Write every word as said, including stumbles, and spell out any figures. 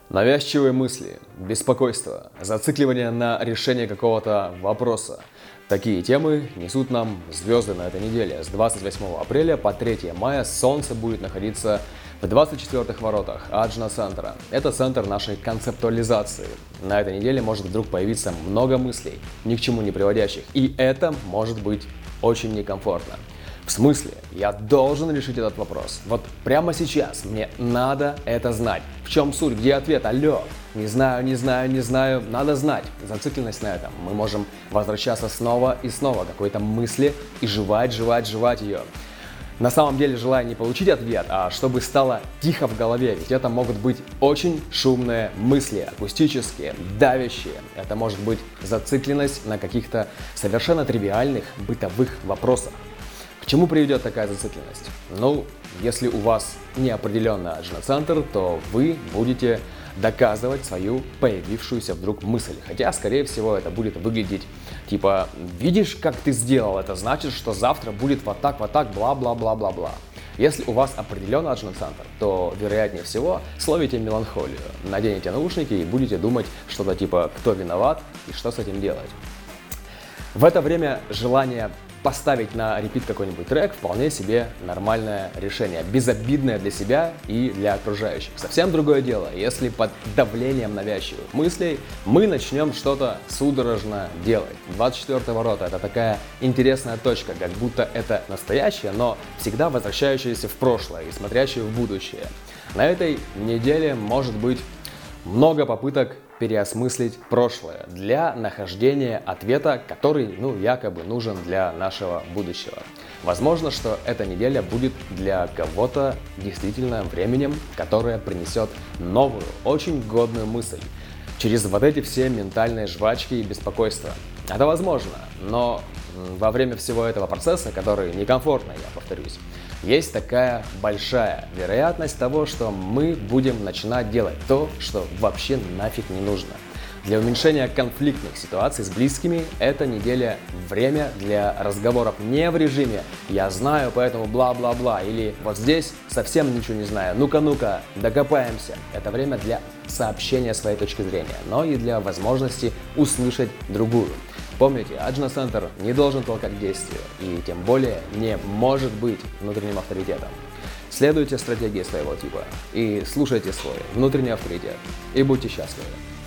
Навязчивые мысли, беспокойство, зацикливание на решении какого-то вопроса. Такие темы несут нам звезды на этой неделе. С двадцать восьмого апреля по третьего мая Солнце будет находиться в двадцать четвёртых воротах Аджна-центра. Это центр нашей концептуализации. На этой неделе может вдруг появиться много мыслей, ни к чему не приводящих. И это может быть очень некомфортно. В смысле? Я должен решить этот вопрос. Вот прямо сейчас мне надо это знать. В чем суть? Где ответ? Алло. Не знаю, не знаю, не знаю. Надо знать. Зацикленность на этом. Мы можем возвращаться снова и снова к какой-то мысли и жевать, жевать, жевать ее. На самом деле желаю не получить ответ, а чтобы стало тихо в голове, ведь это могут быть очень шумные мысли, акустические, давящие. Это может быть зацикленность на каких-то совершенно тривиальных бытовых вопросах. К чему приведет такая зацикленность? Ну, если у вас неопределенный аджна-центр, то вы будете доказывать свою появившуюся вдруг мысль. Хотя, скорее всего, это будет выглядеть типа «видишь, как ты сделал, это значит, что завтра будет вот так, вот так, бла-бла-бла-бла-бла». Если у вас определенный аджна-центр, то, вероятнее всего, словите меланхолию, наденете наушники и будете думать что-то типа «кто виноват и что с этим делать?». В это время желание поставить на репит какой-нибудь трек вполне себе нормальное решение, безобидное для себя и для окружающих. Совсем другое дело, если под давлением навязчивых мыслей мы начнем что-то судорожно делать. двадцать четвёртые ворота — это такая интересная точка, как будто это настоящее, но всегда возвращающееся в прошлое и смотрящее в будущее. На этой неделе может быть много попыток переосмыслить прошлое для нахождения ответа, который, ну, якобы нужен для нашего будущего. Возможно, что эта неделя будет для кого-то действительно временем, которое принесет новую, очень годную мысль через вот эти все ментальные жвачки и беспокойства. Это возможно, но во время всего этого процесса, который некомфортно, я повторюсь, есть такая большая вероятность того, что мы будем начинать делать то, что вообще нафиг не нужно. Для уменьшения конфликтных ситуаций с близкими эта неделя время для разговоров не в режиме «я знаю, поэтому бла-бла-бла» или «вот здесь совсем ничего не знаю, ну-ка, ну-ка, докопаемся». Это время для сообщения своей точки зрения, но и для возможности услышать другую. Помните, аджна-центр не должен толкать к действию и тем более не может быть внутренним авторитетом. Следуйте стратегии своего типа и слушайте свой внутренний авторитет и будьте счастливы.